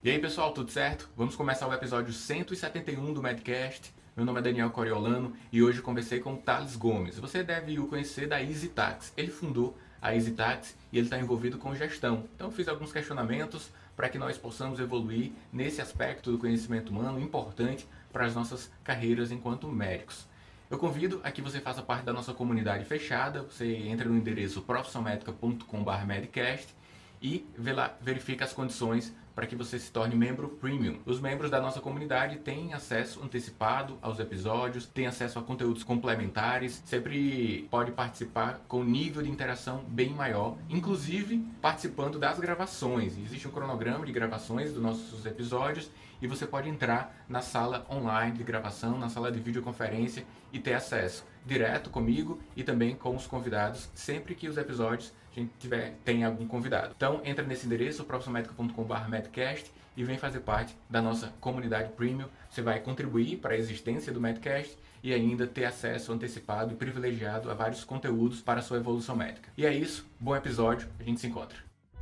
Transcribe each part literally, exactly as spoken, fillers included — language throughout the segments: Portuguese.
E aí pessoal, tudo certo? Vamos começar o episódio cento e setenta e um do Medcast. Meu nome é Daniel Coriolano e hoje conversei com o Thales Gomes. Você deve o conhecer da EasyTax. Ele fundou a EasyTax e ele está envolvido com gestão. Então fiz alguns questionamentos para que nós possamos evoluir nesse aspecto do conhecimento humano importante para as nossas carreiras enquanto médicos. Eu convido a que você faça parte da nossa comunidade fechada. Você entra no endereço profissionalmedica ponto com barra medcast e vê lá, verifica as condições para que você se torne membro premium. Os membros da nossa comunidade têm acesso antecipado aos episódios, têm acesso a conteúdos complementares, sempre pode participar com nível de interação bem maior, inclusive participando das gravações. Existe um cronograma de gravações dos nossos episódios e você pode entrar na sala online de gravação, na sala de videoconferência e ter acesso direto comigo e também com os convidados, sempre que os episódios a gente tiver, tem algum convidado. Então entra nesse endereço, profissionalmedica ponto com barra medcast, e vem fazer parte da nossa comunidade premium. Você vai contribuir para a existência do Medcast e ainda ter acesso antecipado e privilegiado a vários conteúdos para a sua evolução médica. E é isso, bom episódio, a gente se encontra.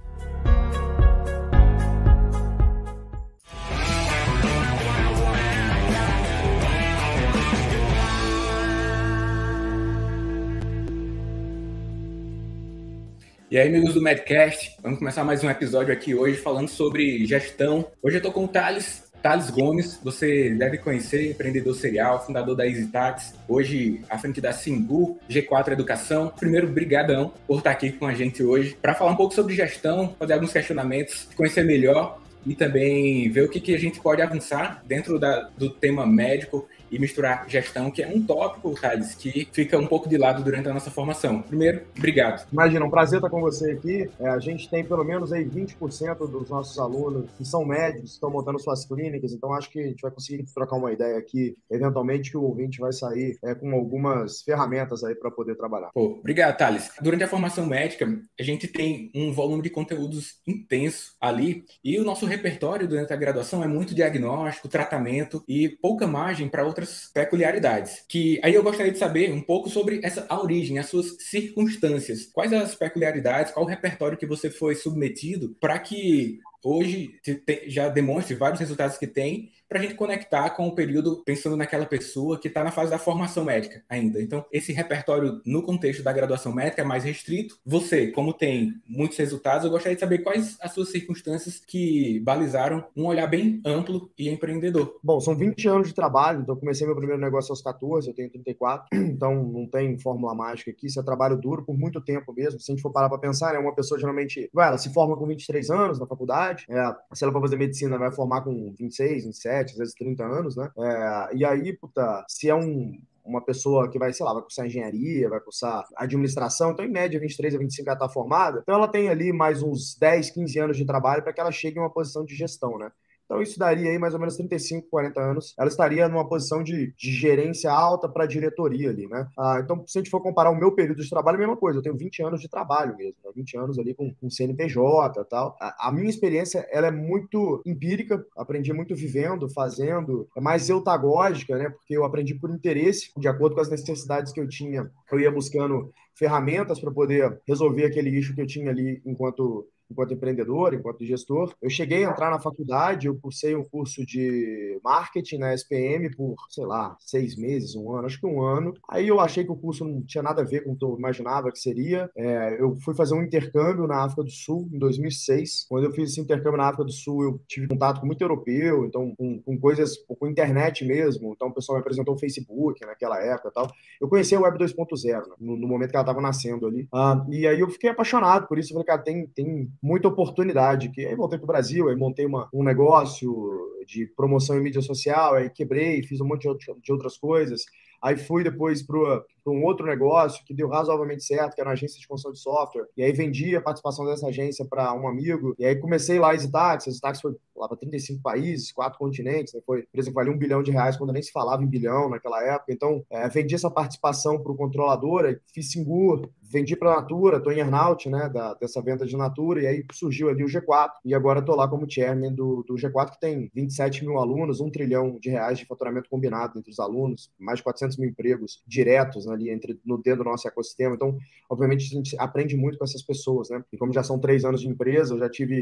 E aí, amigos do Medcast, vamos começar mais um episódio aqui hoje falando sobre gestão. Hoje eu estou com o Thales, Thales Gomes, você deve conhecer, empreendedor serial, fundador da EasyTax, hoje à frente da Singu, G quatro Educação. Primeiro, brigadão por estar aqui com a gente hoje para falar um pouco sobre gestão, fazer alguns questionamentos, conhecer melhor e também ver o que, que a gente pode avançar dentro da, do tema médico e misturar gestão, que é um tópico, Thales, que fica um pouco de lado durante a nossa formação. Primeiro, obrigado. Imagina, um prazer estar com você aqui. É, a gente tem pelo menos aí vinte por cento dos nossos alunos que são médicos, que estão montando suas clínicas, então acho que a gente vai conseguir trocar uma ideia aqui, eventualmente que o ouvinte vai sair é, com algumas ferramentas aí para poder trabalhar. Pô, obrigado, Thales. Durante a formação médica, a gente tem um volume de conteúdos intenso ali, e o nosso repertório durante a graduação é muito diagnóstico, tratamento e pouca margem para outras peculiaridades. Que aí eu gostaria de saber um pouco sobre essa a origem, as suas circunstâncias. Quais as peculiaridades, qual o repertório que você foi submetido para que hoje já demonstre vários resultados que tem, para a gente conectar com o período pensando naquela pessoa que está na fase da formação médica ainda. Então, esse repertório no contexto da graduação médica é mais restrito. Você, como tem muitos resultados, eu gostaria de saber quais as suas circunstâncias que balizaram um olhar bem amplo e empreendedor. Bom, são vinte anos de trabalho, então eu comecei meu primeiro negócio aos catorze, eu tenho trinta e quatro, então não tem fórmula mágica aqui, isso é trabalho duro por muito tempo mesmo. Se a gente for parar para pensar, né, uma pessoa geralmente, vai, ela se forma com vinte e três anos na faculdade, é, se ela for fazer medicina, vai formar com vinte e seis, vinte e sete, às vezes trinta anos, né? É, e aí, puta, se é um, uma pessoa que vai, sei lá, vai cursar engenharia, vai cursar administração, então em média vinte e três a vinte e cinco ela está formada, então ela tem ali mais uns dez, quinze anos de trabalho para que ela chegue em uma posição de gestão, né? Então, isso daria aí mais ou menos trinta e cinco, quarenta anos. Ela estaria numa posição de, de gerência alta para diretoria ali, né? Ah, então, se a gente for comparar o meu período de trabalho, é a mesma coisa. Eu tenho vinte anos de trabalho mesmo, né? vinte anos ali com, com C N P J e tal. A, a minha experiência, ela é muito empírica. Aprendi muito vivendo, fazendo. É mais eutagógica, né? Porque eu aprendi por interesse, de acordo com as necessidades que eu tinha. Eu ia buscando ferramentas para poder resolver aquele issue que eu tinha ali enquanto... enquanto empreendedor, enquanto gestor. Eu cheguei a entrar na faculdade, eu cursei um curso de marketing na S P M por, sei lá, seis meses, um ano, acho que um ano. Aí eu achei que o curso não tinha nada a ver com o que eu imaginava que seria. É, eu fui fazer um intercâmbio na África do Sul em dois mil e seis. Quando eu fiz esse intercâmbio na África do Sul, eu tive contato com muito europeu, então com, com coisas, com internet mesmo. Então o pessoal me apresentou o Facebook naquela época e tal. Eu conheci a Web dois ponto zero, né, no, no momento que ela estava nascendo ali. Ah, e aí eu fiquei apaixonado por isso. Eu falei, cara, tem, tem muita oportunidade. Que aí voltei para o Brasil, aí montei uma, um negócio de promoção em mídia social, aí quebrei, fiz um monte de, de outras coisas. Aí fui depois para um outro negócio que deu razoavelmente certo, que era uma agência de construção de software. E aí vendi a participação dessa agência para um amigo. E aí comecei lá a EasyTax. A EasyTax foi lá para trinta e cinco países, quatro continentes. Né? Foi, por exemplo, valia um bilhão de reais quando nem se falava em bilhão naquela época. Então, é, vendi essa participação para o controlador, fiz Singu, vendi para a Natura, estou em earnout, né, da, dessa venda de Natura. E aí surgiu ali o G quatro. E agora estou lá como chairman do, do G quatro, que tem vinte e sete mil alunos, um trilhão de reais de faturamento combinado entre os alunos, mais de quatrocentos mil empregos diretos, né, ali entre, no dentro do nosso ecossistema. Então, obviamente, a gente aprende muito com essas pessoas, né? E como já são três anos de empresa, eu já tive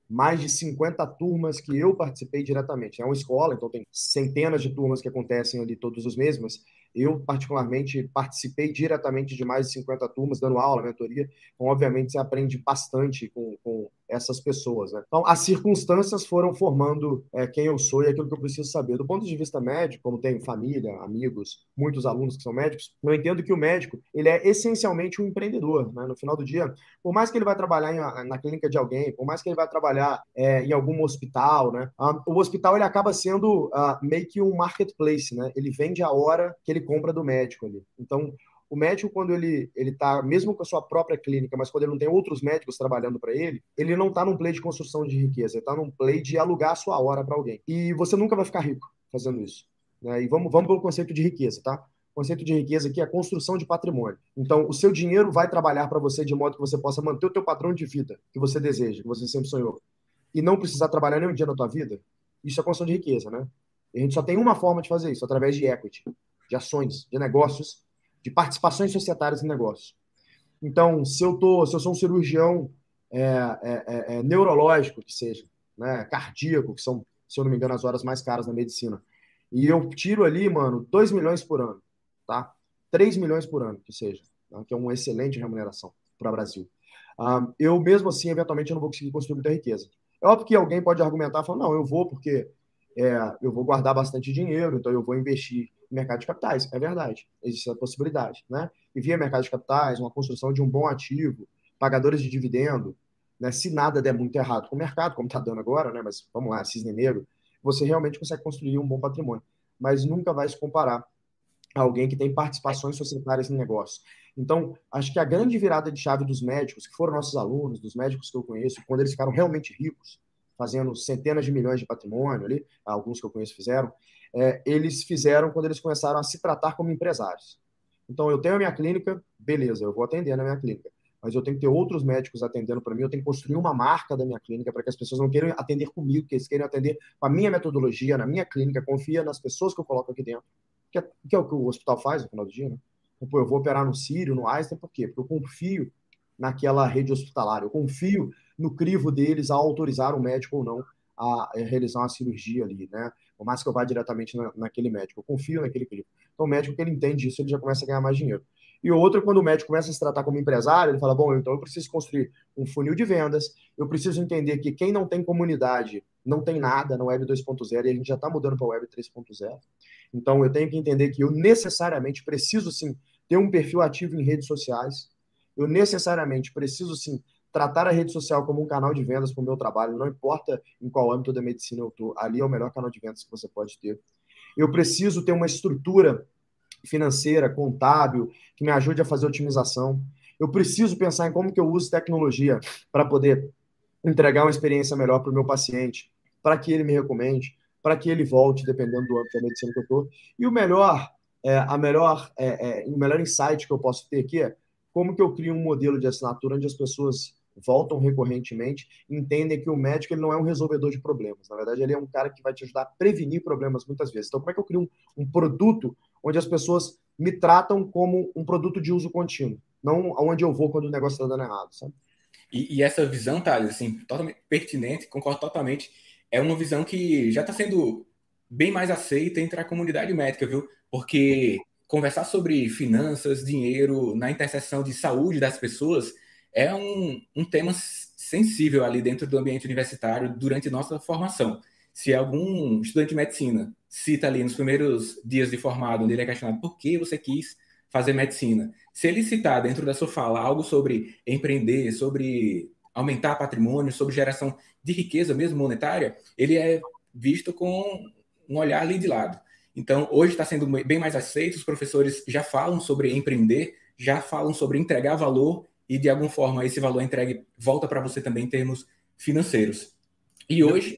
mais de cinquenta turmas que eu participei diretamente. É uma escola, então tem centenas de turmas que acontecem ali todos os meses, mas eu, particularmente, participei diretamente de mais de cinquenta turmas, dando aula, mentoria. Então, obviamente, você aprende bastante com, com essas pessoas, né? Então, as circunstâncias foram formando é, quem eu sou e aquilo que eu preciso saber. Do ponto de vista médico, como tenho família, amigos, muitos alunos que são médicos, eu entendo que o médico, ele é essencialmente um empreendedor, né? No final do dia, por mais que ele vai trabalhar em, na clínica de alguém, por mais que ele vai trabalhar é, em algum hospital, né? Um, o hospital, ele acaba sendo uh, meio que um marketplace, né? Ele vende a hora que ele compra do médico ali. Então, o médico, quando ele ele está, mesmo com a sua própria clínica, mas quando ele não tem outros médicos trabalhando para ele, ele não está num play de construção de riqueza, ele está num play de alugar a sua hora para alguém. E você nunca vai ficar rico fazendo isso. Né? E vamos, vamos pelo conceito de riqueza, tá? O conceito de riqueza aqui é a construção de patrimônio. Então, o seu dinheiro vai trabalhar para você de modo que você possa manter o teu padrão de vida que você deseja, que você sempre sonhou, e não precisar trabalhar nenhum dia na tua vida. Isso é construção de riqueza, né? E a gente só tem uma forma de fazer isso, através de equity, de ações, de negócios, de participações societárias em negócios. Então, se eu, tô, se eu sou um cirurgião é, é, é, neurológico, que seja, né, cardíaco, que são, se eu não me engano, as horas mais caras na medicina, e eu tiro ali, mano, dois milhões por ano, tá? três milhões por ano, que seja, tá? Que é uma excelente remuneração para o Brasil. Um, eu, mesmo assim, eventualmente, eu não vou conseguir construir muita riqueza. É óbvio que alguém pode argumentar, falando, não, eu vou porque é, eu vou guardar bastante dinheiro, então eu vou investir em mercado de capitais. É verdade, existe essa possibilidade, né? E via mercado de capitais, uma construção de um bom ativo, pagadores de dividendo, né? Se nada der muito errado com o mercado, como está dando agora, né? Mas vamos lá, cisne negro, você realmente consegue construir um bom patrimônio, mas nunca vai se comparar a alguém que tem participações societárias em negócio. Então, acho que a grande virada de chave dos médicos, que foram nossos alunos, dos médicos que eu conheço, quando eles ficaram realmente ricos, fazendo centenas de milhões de patrimônio ali, alguns que eu conheço fizeram, é, eles fizeram quando eles começaram a se tratar como empresários. Então, eu tenho a minha clínica, beleza, eu vou atender na minha clínica, mas eu tenho que ter outros médicos atendendo para mim, eu tenho que construir uma marca da minha clínica para que as pessoas não queiram atender comigo, que eles queiram atender com a minha metodologia, na minha clínica, confia nas pessoas que eu coloco aqui dentro, que é, que é o que o hospital faz no final do dia, né? Pô, eu vou operar no Sírio, no Einstein, por quê? Porque eu confio naquela rede hospitalar, eu confio no crivo deles a autorizar o médico ou não a realizar uma cirurgia ali, né? Por mais que eu vá diretamente na, naquele médico, eu confio naquele crivo. Então, o médico que ele entende isso, ele já começa a ganhar mais dinheiro. E o outro, quando o médico começa a se tratar como empresário, ele fala, bom, então eu preciso construir um funil de vendas, eu preciso entender que quem não tem comunidade não tem nada na Web dois ponto zero, e a gente já está mudando para a Web três ponto zero. Então, eu tenho que entender que eu necessariamente preciso, sim, ter um perfil ativo em redes sociais, eu necessariamente preciso, sim, tratar a rede social como um canal de vendas para o meu trabalho, não importa em qual âmbito da medicina eu estou, ali é o melhor canal de vendas que você pode ter. Eu preciso ter uma estrutura financeira, contábil, que me ajude a fazer otimização. Eu preciso pensar em como que eu uso tecnologia para poder entregar uma experiência melhor para o meu paciente, para que ele me recomende, para que ele volte, dependendo do âmbito da medicina que eu estou. E o melhor, é, a melhor, é, é, o melhor insight que eu posso ter aqui é como que eu crio um modelo de assinatura onde as pessoas voltam recorrentemente, entendem que o médico ele não é um resolvedor de problemas. Na verdade, ele é um cara que vai te ajudar a prevenir problemas muitas vezes. Então, como é que eu crio um, um produto onde as pessoas me tratam como um produto de uso contínuo, não aonde eu vou quando o negócio está dando errado, sabe? E, e essa visão, Thales, assim, totalmente pertinente, concordo totalmente, é uma visão que já está sendo bem mais aceita entre a comunidade médica, viu? Porque conversar sobre finanças, dinheiro, na interseção de saúde das pessoas é um, um tema sensível ali dentro do ambiente universitário durante nossa formação. Se algum estudante de medicina cita ali nos primeiros dias de formado, onde ele é questionado por que você quis fazer medicina, se ele citar dentro da sua fala algo sobre empreender, sobre aumentar patrimônio, sobre geração de riqueza mesmo monetária, ele é visto com um olhar ali de lado. Então, hoje está sendo bem mais aceito, os professores já falam sobre empreender, já falam sobre entregar valor e, de alguma forma, esse valor entregue volta para você também em termos financeiros. E hoje...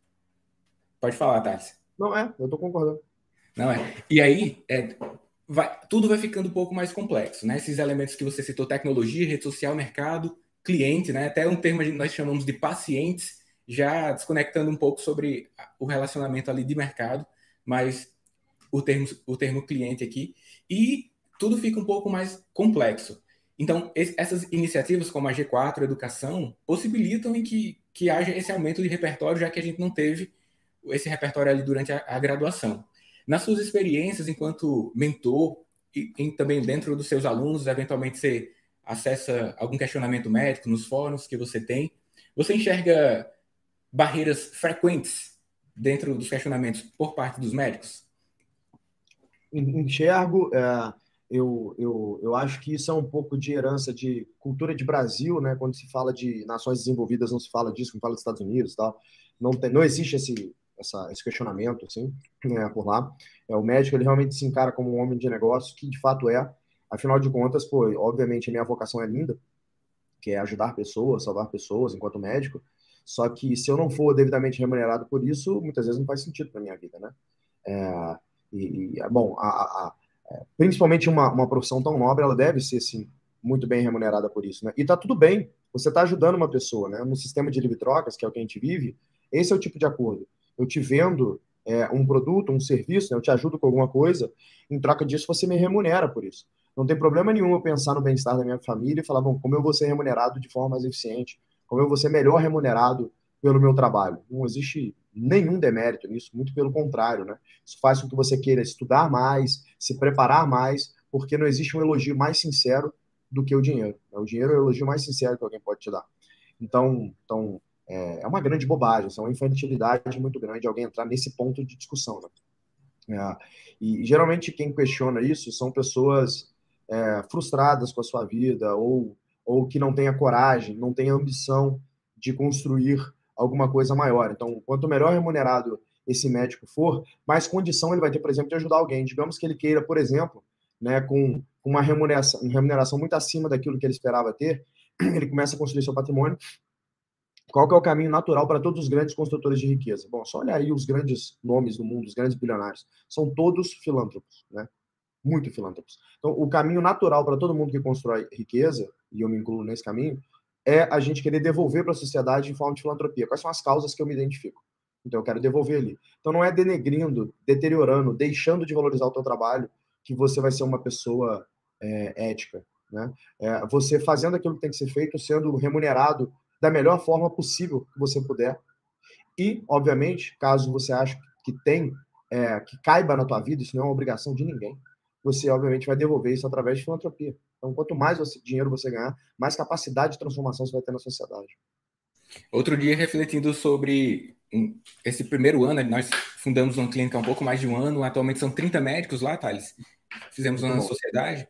Pode falar, Thales. Não, é, eu estou concordando. Não é? E aí, é, vai, tudo vai ficando um pouco mais complexo, né? Esses elementos que você citou, tecnologia, rede social, mercado, cliente, né? Até um termo que nós chamamos de pacientes, já desconectando um pouco sobre o relacionamento ali de mercado, mas o termo, o termo cliente aqui, e tudo fica um pouco mais complexo. Então, esse, essas iniciativas como a G quatro Educação possibilitam em que, que haja esse aumento de repertório, já que a gente não teve esse repertório ali durante a, a graduação. Nas suas experiências enquanto mentor e, e também dentro dos seus alunos, eventualmente você acessa algum questionamento médico nos fóruns que você tem, você enxerga barreiras frequentes dentro dos questionamentos por parte dos médicos? Enxergo, é, eu, eu, eu acho que isso é um pouco de herança de cultura de Brasil, né? Quando se fala de nações desenvolvidas, não se fala disso, não fala dos Estados Unidos e tal. Não, tem, não existe esse, essa, esse questionamento, assim, né, por lá. É, o médico, ele realmente se encara como um homem de negócio, que de fato é. Afinal de contas, pô, obviamente a minha vocação é linda, que é ajudar pessoas, salvar pessoas enquanto médico. Só que se eu não for devidamente remunerado por isso, muitas vezes não faz sentido para minha vida, né? É, e, e, bom, a, a, a, principalmente uma, uma profissão tão nobre, ela deve ser, sim, muito bem remunerada por isso, né? E tá tudo bem, você está ajudando uma pessoa, né? No sistema de livre-trocas, que é o que a gente vive, esse é o tipo de acordo. Eu te vendo é, um produto, um serviço, né? Eu te ajudo com alguma coisa, em troca disso você me remunera por isso. Não tem problema nenhum eu pensar no bem-estar da minha família e falar, bom, como eu vou ser remunerado de forma mais eficiente, como eu vou ser melhor remunerado pelo meu trabalho. Não existe nenhum demérito nisso, muito pelo contrário, né? Isso faz com que você queira estudar mais, se preparar mais, porque não existe um elogio mais sincero do que o dinheiro. O dinheiro é o elogio mais sincero que alguém pode te dar. Então, então é uma grande bobagem, é uma infantilidade muito grande alguém entrar nesse ponto de discussão, né? É, e geralmente quem questiona isso são pessoas é, frustradas com a sua vida ou, ou que não têm a coragem, não têm a ambição de construir alguma coisa maior. Então, quanto melhor remunerado esse médico for, mais condição ele vai ter, por exemplo, de ajudar alguém. Digamos que ele queira, por exemplo, né, com uma remuneração, uma remuneração muito acima daquilo que ele esperava ter, ele começa a construir seu patrimônio. Qual que é o caminho natural para todos os grandes construtores de riqueza? Bom, só olha aí os grandes nomes do mundo, os grandes bilionários. São todos filântropos, né? Muito filântropos. Então, o caminho natural para todo mundo que constrói riqueza, e eu me incluo nesse caminho, é a gente querer devolver para a sociedade em forma de filantropia. Quais são as causas que eu me identifico? Então, eu quero devolver ali. Então, não é denegrindo, deteriorando, deixando de valorizar o teu trabalho que você vai ser uma pessoa é, ética, né? É, você fazendo aquilo que tem que ser feito, sendo remunerado da melhor forma possível que você puder. E, obviamente, caso você ache que tem, é, que caiba na tua vida, isso não é uma obrigação de ninguém, você, obviamente, vai devolver isso através de filantropia. Então, quanto mais você, dinheiro você ganhar, mais capacidade de transformação você vai ter na sociedade. Outro dia, refletindo sobre esse primeiro ano, nós fundamos uma clínica há um pouco mais de um ano, atualmente são trinta médicos lá, Thales. Fizemos Muito uma bom. sociedade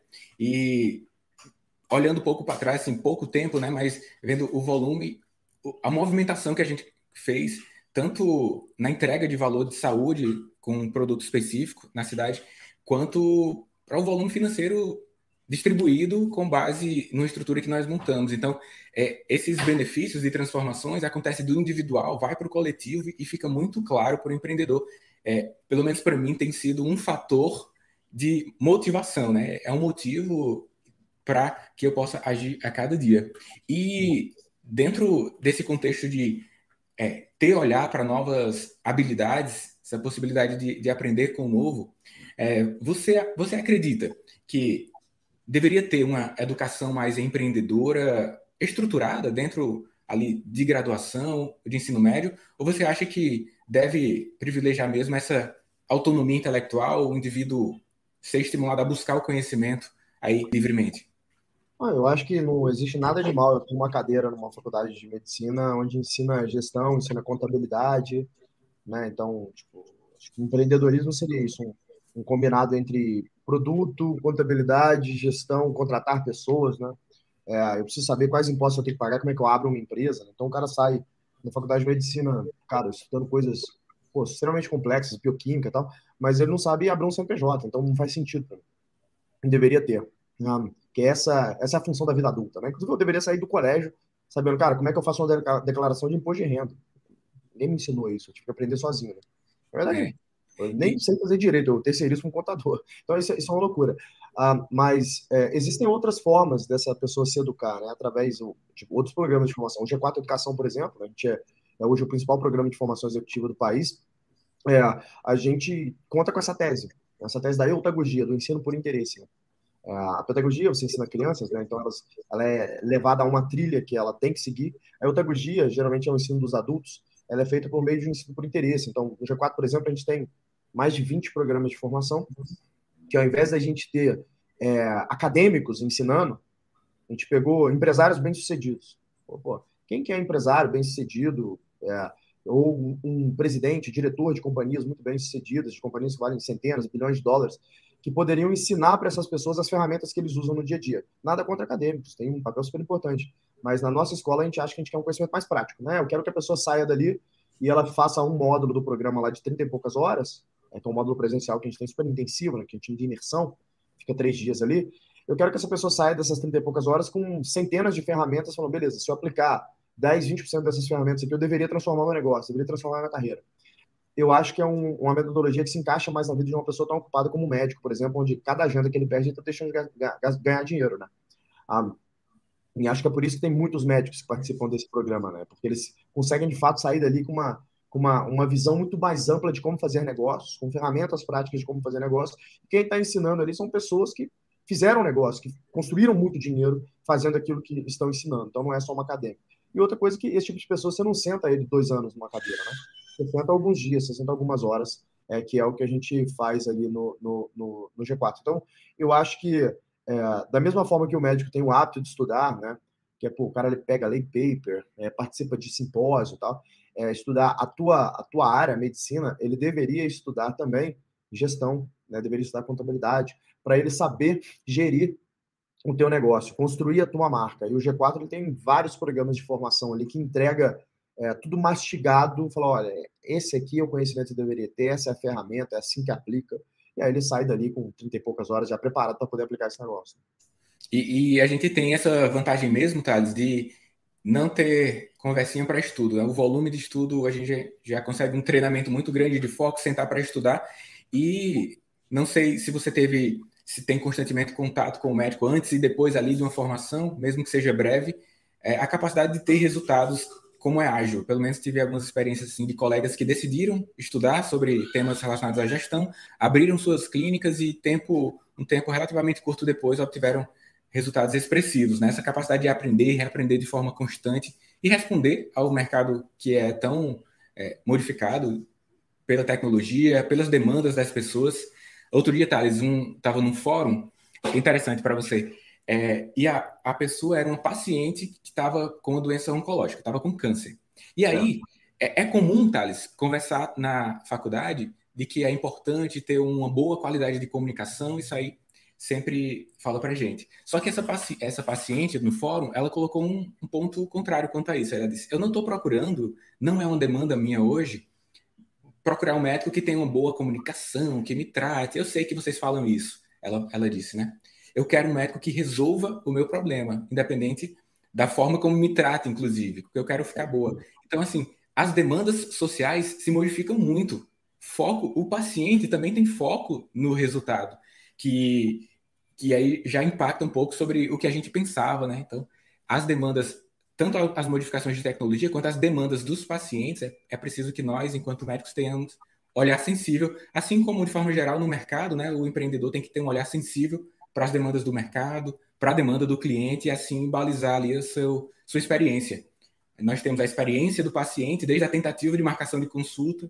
e olhando um pouco para trás, assim, pouco tempo, né, mas vendo o volume, a movimentação que a gente fez, tanto na entrega de valor de saúde com um produto específico na cidade, quanto para o volume financeiro distribuído com base numa estrutura que nós montamos. Então, é, esses benefícios e transformações acontecem do individual, vai para o coletivo e fica muito claro para o empreendedor. É, pelo menos para mim, tem sido um fator de motivação, né? É um motivo para que eu possa agir a cada dia. E dentro desse contexto de é, ter olhar para novas habilidades, essa possibilidade de, de aprender com o novo, é, você, você acredita que deveria ter uma educação mais empreendedora, estruturada dentro ali de graduação, de ensino médio, ou você acha que deve privilegiar mesmo essa autonomia intelectual, o indivíduo ser estimulado a buscar o conhecimento aí livremente? Ah, eu acho que não existe nada de mal. Eu tenho uma cadeira numa faculdade de medicina onde ensina gestão, ensina contabilidade, né? Então, tipo, acho que empreendedorismo seria isso, um, um combinado entre produto, contabilidade, gestão, contratar pessoas, né? É, eu preciso saber quais impostos eu tenho que pagar, como é que eu abro uma empresa, né? Então, o cara sai da faculdade de medicina, cara, estudando coisas, pô, extremamente complexas, bioquímica e tal, mas ele não sabe abrir um C N P J, então não faz sentido para mim. Deveria ter. Né? Que essa, essa é a função da vida adulta, né? Inclusive, eu deveria sair do colégio sabendo, cara, como é que eu faço uma declaração de imposto de renda? Ninguém me ensinou isso, eu tive que aprender sozinho, né? Na verdade, é. eu nem sei fazer direito, eu terceirizo com um contador. Então, isso, isso é uma loucura. Ah, mas é, existem outras formas dessa pessoa se educar, né? Através de tipo, outros programas de formação. O G quatro Educação, por exemplo, a gente é, é hoje o principal programa de formação executiva do país. É, a gente conta com essa tese, essa tese da eutagogia, do ensino por interesse, né? A pedagogia você ensina crianças, né? Então elas, ela é levada a uma trilha que ela tem que seguir. A pedagogia, geralmente, é o ensino dos adultos, ela é feita por meio de um ensino por interesse. Então, no G quatro, por exemplo, a gente tem mais de vinte programas de formação, que ao invés da gente ter é, acadêmicos ensinando, a gente pegou empresários bem-sucedidos. Pô, pô, quem que é empresário bem-sucedido, é, ou um, um presidente, diretor de companhias muito bem-sucedidas, de companhias que valem centenas, bilhões de dólares, que poderiam ensinar para essas pessoas as ferramentas que eles usam no dia a dia. Nada contra acadêmicos, tem um papel super importante. Mas na nossa escola a gente acha que a gente quer um conhecimento mais prático, né? Eu quero que a pessoa saia dali e ela faça um módulo do programa lá de trinta e poucas horas, então um módulo presencial que a gente tem super intensivo, né, que a gente tem de imersão, fica três dias ali. Eu quero que essa pessoa saia dessas trinta e poucas horas com centenas de ferramentas, falando, beleza, se eu aplicar dez, vinte por cento dessas ferramentas aqui, eu deveria transformar meu negócio, eu deveria transformar minha carreira. Eu acho que é um, uma metodologia que se encaixa mais na vida de uma pessoa tão ocupada como médico, por exemplo, onde cada agenda que ele perde, ele está deixando de ganhar, ganhar dinheiro, né? Ah, e acho que é por isso que tem muitos médicos que participam desse programa, né? Porque eles conseguem, de fato, sair dali com uma, com uma, uma visão muito mais ampla de como fazer negócios, com ferramentas práticas de como fazer negócio. E quem está ensinando ali são pessoas que fizeram negócio, que construíram muito dinheiro fazendo aquilo que estão ensinando. Então, não é só uma acadêmica. E outra coisa é que esse tipo de pessoa, você não senta ele dois anos numa cadeira, né? Você senta alguns dias, você senta algumas horas, é, que é o que a gente faz ali no, no, no, no G quatro. Então, eu acho que, é, da mesma forma que o médico tem o hábito de estudar, né? Que é, pô, o cara ele pega lay paper, é, participa de simpósio e tal, é, estudar a tua, a tua área, a medicina, ele deveria estudar também gestão, né? Deveria estudar contabilidade, para ele saber gerir o teu negócio, construir a tua marca. E o G quatro ele tem vários programas de formação ali que entrega é, tudo mastigado, fala, olha, esse aqui é o conhecimento que deveria ter, essa é a ferramenta, é assim que aplica. E aí ele sai dali com trinta e poucas horas já preparado para poder aplicar esse negócio. E, e a gente tem essa vantagem mesmo, Thales, de não ter conversinha para estudo, né? O volume de estudo, a gente já, já consegue um treinamento muito grande de foco, sentar para estudar. E não sei se você teve, se tem constantemente contato com o médico antes e depois ali de uma formação, mesmo que seja breve, é, a capacidade de ter resultados como é ágil. Pelo menos tive algumas experiências assim, de colegas que decidiram estudar sobre temas relacionados à gestão, abriram suas clínicas e tempo, um tempo relativamente curto depois obtiveram resultados expressivos, né? Essa capacidade de aprender, reaprender de forma constante e responder ao mercado que é tão é, modificado pela tecnologia, pelas demandas das pessoas. Outro dia, Thales, um, estava num fórum interessante para você, é, e a, a pessoa era uma paciente que estava com uma doença oncológica, estava com câncer. E aí, é, é comum, Thales, conversar na faculdade de que é importante ter uma boa qualidade de comunicação, isso aí sempre fala pra gente. Só que essa, paci essa paciente no fórum, ela colocou um, um ponto contrário quanto a isso. Ela disse, eu não estou procurando, não é uma demanda minha hoje, procurar um médico que tenha uma boa comunicação, que me trate. Eu sei que vocês falam isso, ela, ela disse, né? Eu quero um médico que resolva o meu problema, independente da forma como me trata, inclusive, porque eu quero ficar boa. Então, assim, as demandas sociais se modificam muito. Foco, o paciente também tem foco no resultado, que que aí já impacta um pouco sobre o que a gente pensava, né? Então, as demandas, tanto as modificações de tecnologia quanto as demandas dos pacientes, é, é preciso que nós, enquanto médicos, tenhamos olhar sensível, assim como de forma geral no mercado, né? O empreendedor tem que ter um olhar sensível para as demandas do mercado, para a demanda do cliente e assim balizar ali a seu, sua experiência. Nós temos a experiência do paciente desde a tentativa de marcação de consulta,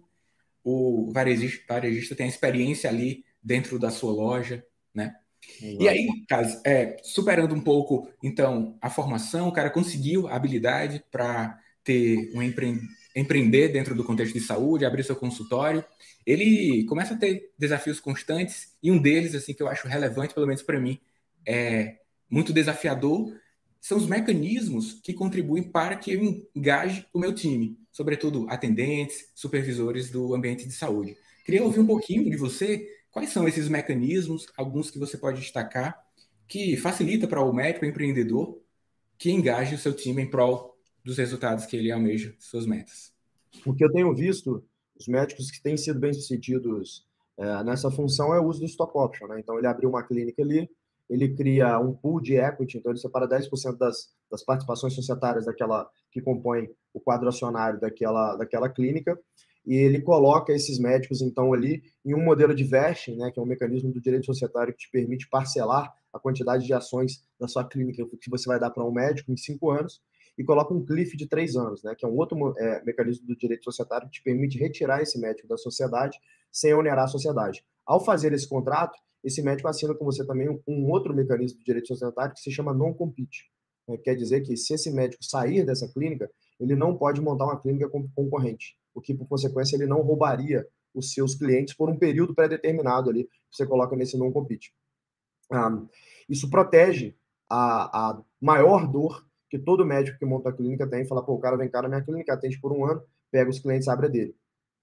o varejista, varejista tem a experiência ali dentro da sua loja, né? Exato. E aí, Carlos, é, superando um pouco, então, a formação, o cara conseguiu a habilidade para ter um empre... empreender dentro do contexto de saúde, abrir seu consultório. Ele começa a ter desafios constantes e um deles, assim, que eu acho relevante, pelo menos para mim, é muito desafiador, são os mecanismos que contribuem para que eu engaje o meu time, sobretudo atendentes, supervisores do ambiente de saúde. Queria ouvir um pouquinho de você. Quais são esses mecanismos, alguns que você pode destacar, que facilita para o médico, o empreendedor, que engaje o seu time em prol dos resultados que ele almeja, suas metas? O que eu tenho visto, os médicos que têm sido bem-sucedidos é, nessa função é o uso do stock option, né? Então, ele abriu uma clínica ali, ele cria um pool de equity, então ele separa dez por cento das, das participações societárias daquela que compõem o quadro acionário daquela, daquela clínica, e ele coloca esses médicos, então, ali em um modelo de vesting, né, que é um mecanismo do direito societário que te permite parcelar a quantidade de ações da sua clínica que você vai dar para um médico em cinco anos, e coloca um cliff de três anos, né, que é um outro é, mecanismo do direito societário que te permite retirar esse médico da sociedade sem onerar a sociedade. Ao fazer esse contrato, esse médico assina com você também um outro mecanismo do direito societário que se chama non-compete. É, quer dizer que se esse médico sair dessa clínica, ele não pode montar uma clínica concorrente, o que, por consequência, ele não roubaria os seus clientes por um período pré-determinado ali, que você coloca nesse non-compete. Ah, isso protege a, a maior dor que todo médico que monta a clínica tem, fala, pô, o cara vem cá na minha clínica, atende por um ano, pega os clientes, abre a dele.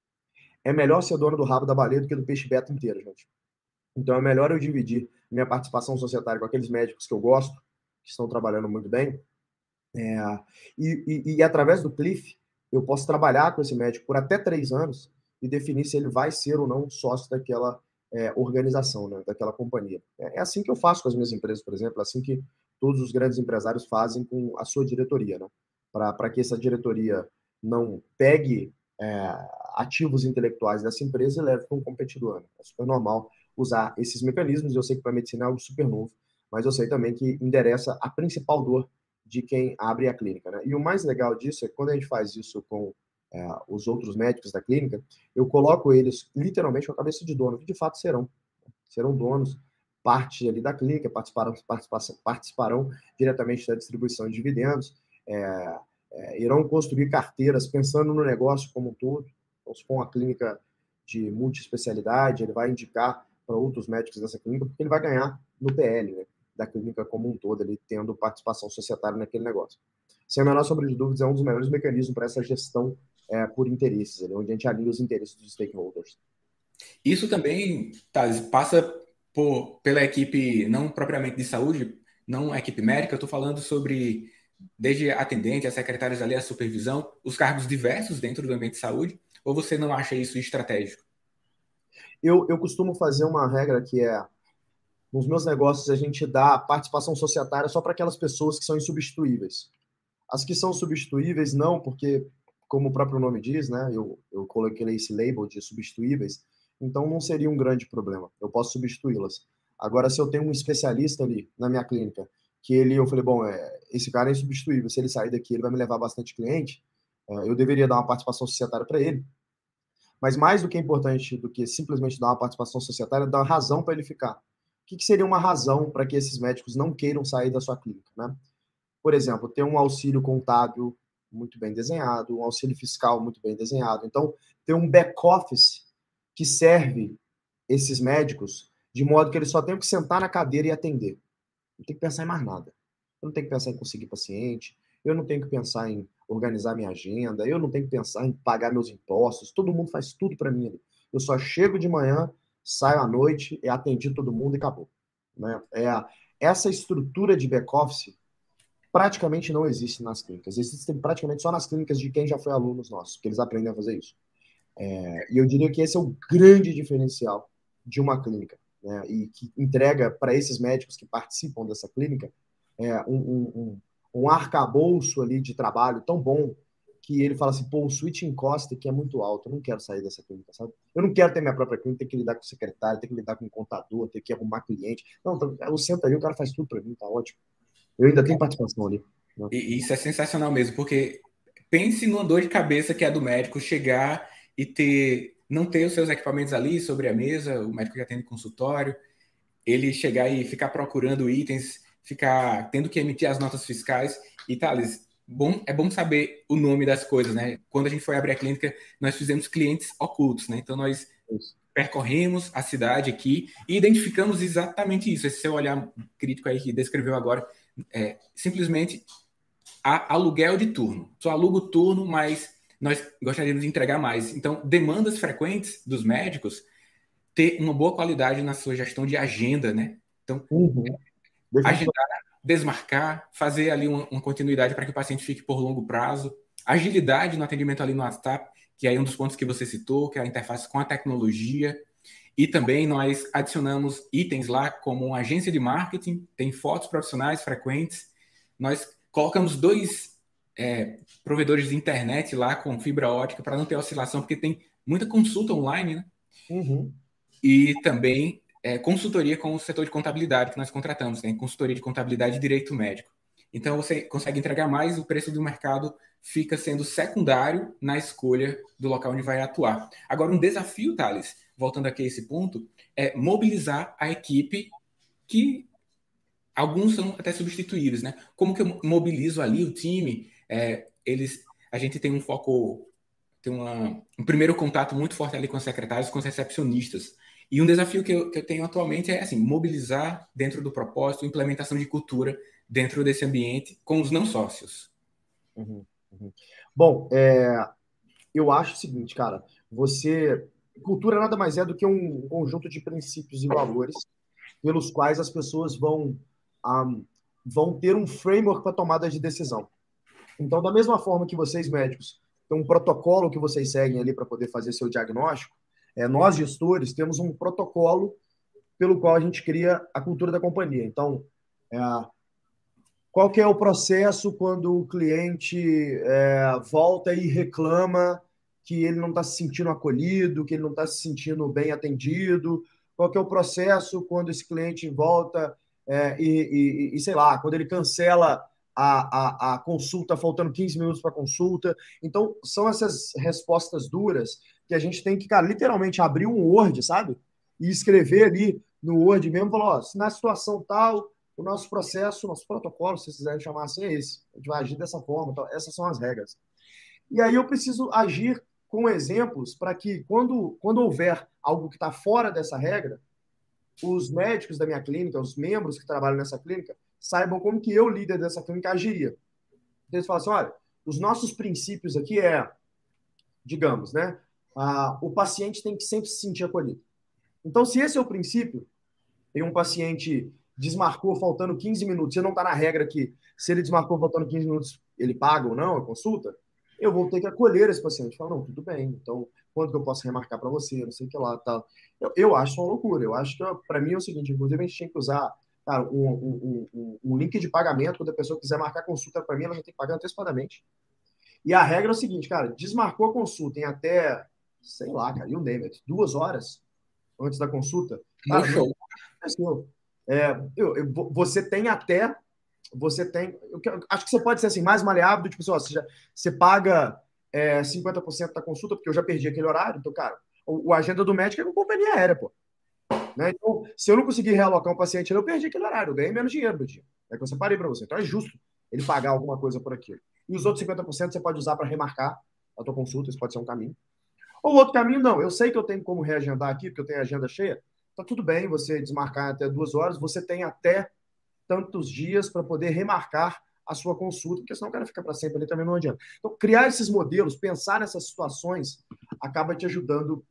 É melhor ser dono do rabo da baleia do que do peixe beta inteiro, gente. Então é melhor eu dividir minha participação societária com aqueles médicos que eu gosto, que estão trabalhando muito bem, é, e, e, e através do Cliff, eu posso trabalhar com esse médico por até três anos e definir se ele vai ser ou não sócio daquela é, organização, né, daquela companhia. É, é assim que eu faço com as minhas empresas, por exemplo, é assim que todos os grandes empresários fazem com a sua diretoria, né, para que essa diretoria não pegue é, ativos intelectuais dessa empresa e leve para um competidor. Né? É super normal usar esses mecanismos, eu sei que para a medicina é algo super novo, mas eu sei também que endereça a principal dor de quem abre a clínica. Né? E o mais legal disso é que quando a gente faz isso com é, os outros médicos da clínica, eu coloco eles literalmente com a cabeça de dono, que de fato serão. Serão donos, parte ali da clínica, participarão, participarão diretamente da distribuição de dividendos, é, é, irão construir carteiras pensando no negócio como um todo. Então, se for uma clínica de multiespecialidade, ele vai indicar para outros médicos dessa clínica, porque ele vai ganhar no P L, né? Da clínica como um todo, ali, tendo participação societária naquele negócio. Sem a menor sombra de dúvidas, é um dos melhores mecanismos para essa gestão é, por interesses, ali, onde a gente alinha os interesses dos stakeholders. Isso também, Thales, passa por, pela equipe não propriamente de saúde, não a equipe médica, eu estou falando sobre desde atendente, a secretários ali, a supervisão, os cargos diversos dentro do ambiente de saúde, ou você não acha isso estratégico? Eu, eu costumo fazer uma regra que é, nos meus negócios, a gente dá participação societária só para aquelas pessoas que são insubstituíveis. As que são substituíveis, não, porque, como o próprio nome diz, né, eu, eu coloquei esse label de substituíveis, então não seria um grande problema. Eu posso substituí-las. Agora, se eu tenho um especialista ali na minha clínica, que ele, eu falei, bom, é, esse cara é insubstituível, se ele sair daqui, ele vai me levar bastante cliente, é, eu deveria dar uma participação societária para ele. Mas mais do que importante do que simplesmente dar uma participação societária, dar uma razão para ele ficar. O que, que seria uma razão para que esses médicos não queiram sair da sua clínica, né? Por exemplo, ter um auxílio contábil muito bem desenhado, um auxílio fiscal muito bem desenhado. Então, ter um back-office que serve esses médicos de modo que eles só tenham que sentar na cadeira e atender. Não tem que pensar em mais nada. Eu não tenho que pensar em conseguir paciente, eu não tenho que pensar em organizar minha agenda, eu não tenho que pensar em pagar meus impostos, todo mundo faz tudo para mim. Eu só chego de manhã, saio à noite, e atendi todo mundo e acabou. Né? É, essa estrutura de back-office praticamente não existe nas clínicas. Existem praticamente só nas clínicas de quem já foi alunos nossos, que eles aprendem a fazer isso. É, e eu diria que esse é o grande diferencial de uma clínica, né? E que entrega para esses médicos que participam dessa clínica é, um, um, um, um arcabouço ali de trabalho tão bom que ele fala assim, pô, o switching cost aqui é muito alto, eu não quero sair dessa clínica, sabe? Eu não quero ter minha própria clínica, ter que lidar com o secretário, ter que lidar com o contador, ter que arrumar cliente. Não, eu sento ali, o cara faz tudo para mim, tá ótimo. Eu ainda tenho participação ali. Né? E isso é sensacional mesmo, porque pense numa dor de cabeça que é do médico chegar e ter, não ter os seus equipamentos ali sobre a mesa, o médico já tem consultório, ele chegar e ficar procurando itens, ficar tendo que emitir as notas fiscais. E, Thales, bom, é bom saber o nome das coisas, né? Quando a gente foi abrir a clínica, nós fizemos clientes ocultos, né? Então, nós isso. percorremos a cidade aqui e identificamos exatamente isso. Esse seu olhar crítico aí que descreveu agora, é simplesmente a, aluguel de turno. Só aluga o turno, mas nós gostaríamos de entregar mais. Então, demandas frequentes dos médicos, ter uma boa qualidade na sua gestão de agenda, né? Então, uhum. agendar, desmarcar, fazer ali uma, uma continuidade para que o paciente fique por longo prazo, agilidade no atendimento ali no WhatsApp, que é um dos pontos que você citou, que é a interface com a tecnologia, e também nós adicionamos itens lá como uma agência de marketing, tem fotos profissionais frequentes, nós colocamos dois é, provedores de internet lá com fibra ótica para não ter oscilação, porque tem muita consulta online, né? Uhum. E também é, consultoria com o setor de contabilidade que nós contratamos, tem consultoria de contabilidade e direito médico. Então, você consegue entregar mais, o preço do mercado fica sendo secundário na escolha do local onde vai atuar. Agora, um desafio, Thales, voltando aqui a esse ponto, é mobilizar a equipe, que alguns são até substituíveis, né? Como que eu mobilizo ali o time? É, eles, a gente tem um foco, tem uma, um primeiro contato muito forte ali com os secretários, com os recepcionistas. E um desafio que eu, que eu tenho atualmente é assim, mobilizar dentro do propósito, implementação de cultura dentro desse ambiente com os não sócios. Uhum. Uhum. Bom, é, eu acho o seguinte, cara, você... Cultura nada mais é do que um conjunto de princípios e valores pelos quais as pessoas vão, um, vão ter um framework para tomada de decisão. Então, da mesma forma que vocês, médicos, têm um protocolo que vocês seguem ali para poder fazer seu diagnóstico, é, nós, gestores, temos um protocolo pelo qual a gente cria a cultura da companhia. Então, é, qual que é o processo quando o cliente é, volta e reclama que ele não está se sentindo acolhido, que ele não está se sentindo bem atendido? Qual que é o processo quando esse cliente volta é, e, e, e, sei lá, quando ele cancela a, a, a consulta faltando quinze minutos para a consulta? Então, são essas respostas duras que a gente tem que, cara, literalmente abrir um Word, sabe? E escrever ali no Word mesmo, falar, ó, se na situação tal, o nosso processo, o nosso protocolo, se vocês quiserem chamar assim, é esse. A gente vai agir dessa forma, então, essas são as regras. E aí eu preciso agir com exemplos para que, quando, quando houver algo que está fora dessa regra, os médicos da minha clínica, os membros que trabalham nessa clínica, saibam como que eu, líder dessa clínica, agiria. Então, eles falam assim, olha, os nossos princípios aqui é, digamos, né, a, o paciente tem que sempre se sentir acolhido. Então, se esse é o princípio, tem um paciente desmarcou faltando quinze minutos, você não está na regra que se ele desmarcou faltando quinze minutos, ele paga ou não a consulta, eu vou ter que acolher esse paciente. Falar, não, tudo bem, então quanto que eu posso remarcar para você, não sei o que lá, tal. Eu, eu acho uma loucura, eu acho que para mim é o seguinte, inclusive a gente tinha que usar, cara, um, um, um, um link de pagamento, quando a pessoa quiser marcar consulta para mim, ela já tem que pagar antecipadamente. E a regra é o seguinte, cara, desmarcou a consulta em até, sei lá, cara, you name it, duas horas antes da consulta, cara, No show. Não, é, eu, eu, você tem até. Você tem. Eu, eu acho que você pode ser assim, mais maleável, tipo assim, ó, você, já, você paga é, cinquenta por cento da consulta, porque eu já perdi aquele horário. Então, cara, o, o agenda do médico é com companhia aérea, pô. Né? Então, se eu não conseguir realocar um paciente, eu perdi aquele horário, eu ganhei menos dinheiro no dia. É que eu separei para você. Então é justo ele pagar alguma coisa por aquilo. E os outros cinquenta por cento você pode usar para remarcar a tua consulta, isso pode ser um caminho. Ou outro caminho, não. Eu sei que eu tenho como reagendar aqui, porque eu tenho a agenda cheia. Tá tudo bem você desmarcar até duas horas, você tem até tantos dias para poder remarcar a sua consulta, porque senão o cara fica para sempre ali, também não adianta. Então, criar esses modelos, pensar nessas situações, acaba te ajudando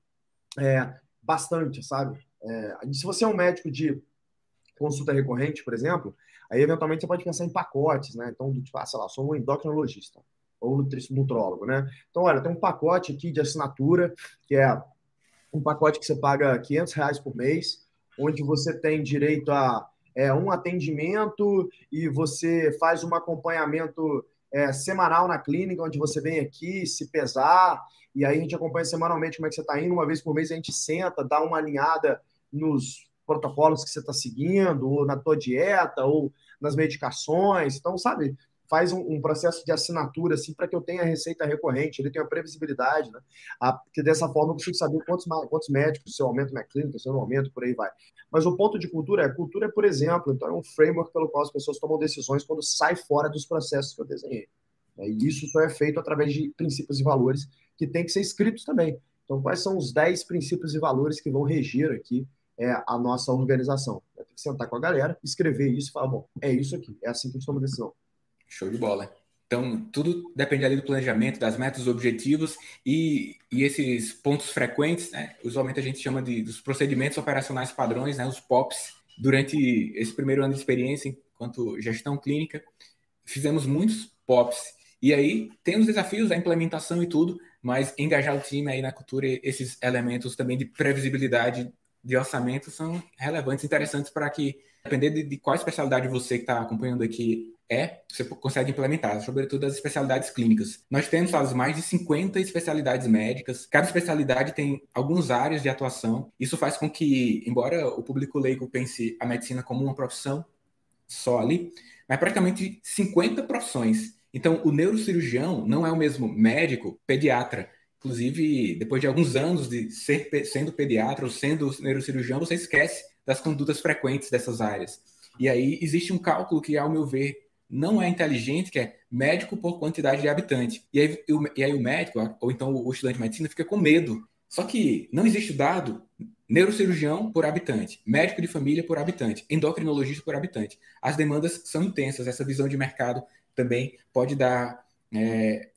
é, bastante, sabe? É, se você é um médico de consulta recorrente, por exemplo, aí eventualmente você pode pensar em pacotes, né? Então, tipo, ah, sei lá, sou um endocrinologista ou nutrólogo, né? Então, olha, tem um pacote aqui de assinatura, que é um pacote que você paga quinhentos reais por mês, onde você tem direito a é, um atendimento e você faz um acompanhamento é, semanal na clínica, onde você vem aqui se pesar, e aí a gente acompanha semanalmente como é que você está indo, uma vez por mês a gente senta, dá uma alinhada nos protocolos que você está seguindo, ou na tua dieta, ou nas medicações, então, sabe, faz um, um processo de assinatura, assim, para que eu tenha receita recorrente, ele tenha previsibilidade, né? Ah, porque dessa forma eu consigo saber quantos, quantos médicos, se eu aumento minha clínica, se eu não aumento, por aí vai. Mas o ponto de cultura é, cultura é, por exemplo, então é um framework pelo qual as pessoas tomam decisões quando sai fora dos processos que eu desenhei. E isso só é feito através de princípios e valores que tem que ser escritos também. Então, quais são os dez princípios e valores que vão regir aqui é, a nossa organização? Tem que sentar com a galera, escrever isso e falar, bom, é isso aqui, é assim que a gente toma decisão. Show de bola. Então, tudo depende ali do planejamento, das metas, dos objetivos e, e esses pontos frequentes, né? Usualmente a gente chama de dos procedimentos operacionais padrões, né? Os P O Ps. Durante esse primeiro ano de experiência, enquanto gestão clínica, fizemos muitos P O Ps. E aí tem os desafios da implementação e tudo, mas engajar o time aí na cultura, esses elementos também de previsibilidade de orçamento são relevantes, interessantes para que, dependendo de, de qual especialidade você que está acompanhando aqui é, você consegue implementar, sobretudo as especialidades clínicas. Nós temos as mais de cinquenta especialidades médicas, cada especialidade tem algumas áreas de atuação. Isso faz com que, embora o público leigo pense a medicina como uma profissão só ali, mas praticamente cinquenta profissões. Então, o neurocirurgião não é o mesmo médico, pediatra. Inclusive, depois de alguns anos de ser sendo pediatra ou sendo neurocirurgião, você esquece das condutas frequentes dessas áreas. E aí existe um cálculo que, ao meu ver, não é inteligente, que é médico por quantidade de habitante. E aí, eu, e aí o médico, ou então o estudante de medicina, fica com medo. Só que não existe dado neurocirurgião por habitante, médico de família por habitante, endocrinologista por habitante. As demandas são intensas, essa visão de mercado também pode dar é,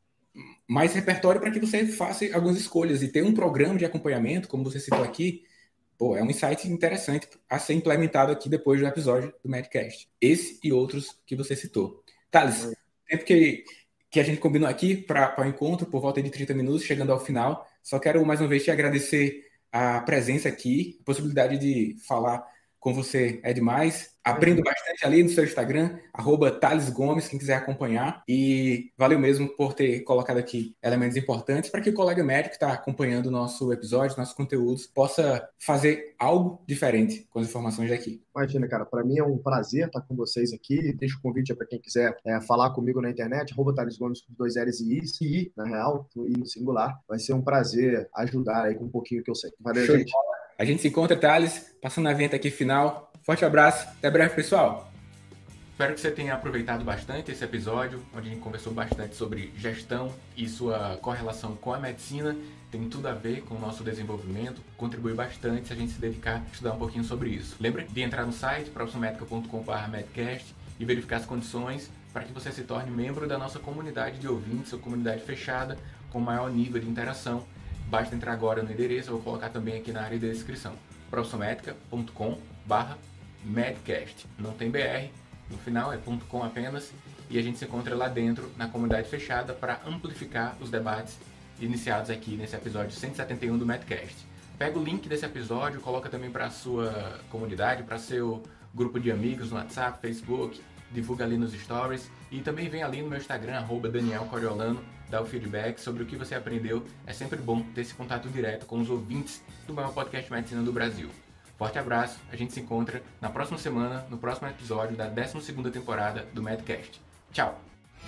mais repertório para que você faça algumas escolhas. E ter um programa de acompanhamento, como você citou aqui, pô, é um insight interessante a ser implementado aqui depois do episódio do Medcast. Esse e outros que você citou. Thales, tempo que, que a gente combinou aqui para o encontro, por volta de trinta minutos, chegando ao final, só quero mais uma vez te agradecer a presença aqui, a possibilidade de falar com você é demais. Aprendo bastante ali no seu Instagram, arroba Thales Gomes, quem quiser acompanhar. E valeu mesmo por ter colocado aqui elementos importantes para que o colega médico que está acompanhando o nosso episódio, nossos conteúdos, possa fazer algo diferente com as informações daqui. Imagina, cara, para mim é um prazer estar com vocês aqui. Deixo o convite para quem quiser é, falar comigo na internet, arroba Thales Gomes com dois L's e I's, e I, na real, e no singular. Vai ser um prazer ajudar aí com um pouquinho que eu sei. Valeu, Show gente. A gente se encontra, Thales, passando a venta aqui final. Forte abraço, até breve, pessoal. Espero que você tenha aproveitado bastante esse episódio, onde a gente conversou bastante sobre gestão e sua correlação com a medicina. Tem tudo a ver com o nosso desenvolvimento, contribui bastante se a gente se dedicar a estudar um pouquinho sobre isso. Lembra de entrar no site profissionalmedica ponto com barra medcast e verificar as condições para que você se torne membro da nossa comunidade de ouvintes, ou comunidade fechada, com maior nível de interação. Basta entrar agora no endereço, eu vou colocar também aqui na área de descrição, profissionalmedica ponto com barra medcast. Não tem B R, no final é .com apenas, e a gente se encontra lá dentro na comunidade fechada para amplificar os debates iniciados aqui nesse episódio cento e setenta e um do Medcast. Pega o link desse episódio, coloca também para a sua comunidade, para seu grupo de amigos no WhatsApp, Facebook, divulga ali nos stories e também vem ali no meu Instagram, arroba Daniel Coriolano, dá o feedback sobre o que você aprendeu. É sempre bom ter esse contato direto com os ouvintes do maior podcast de medicina do Brasil. Forte abraço, a gente se encontra na próxima semana, no próximo episódio da décima segunda temporada do Medcast. Tchau!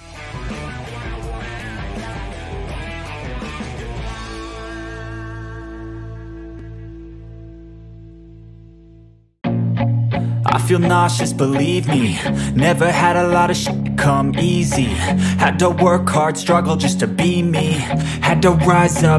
I feel nauseous, believe me. Never had a lot of shit come easy. Had to work hard, struggle just to be me. Had to rise up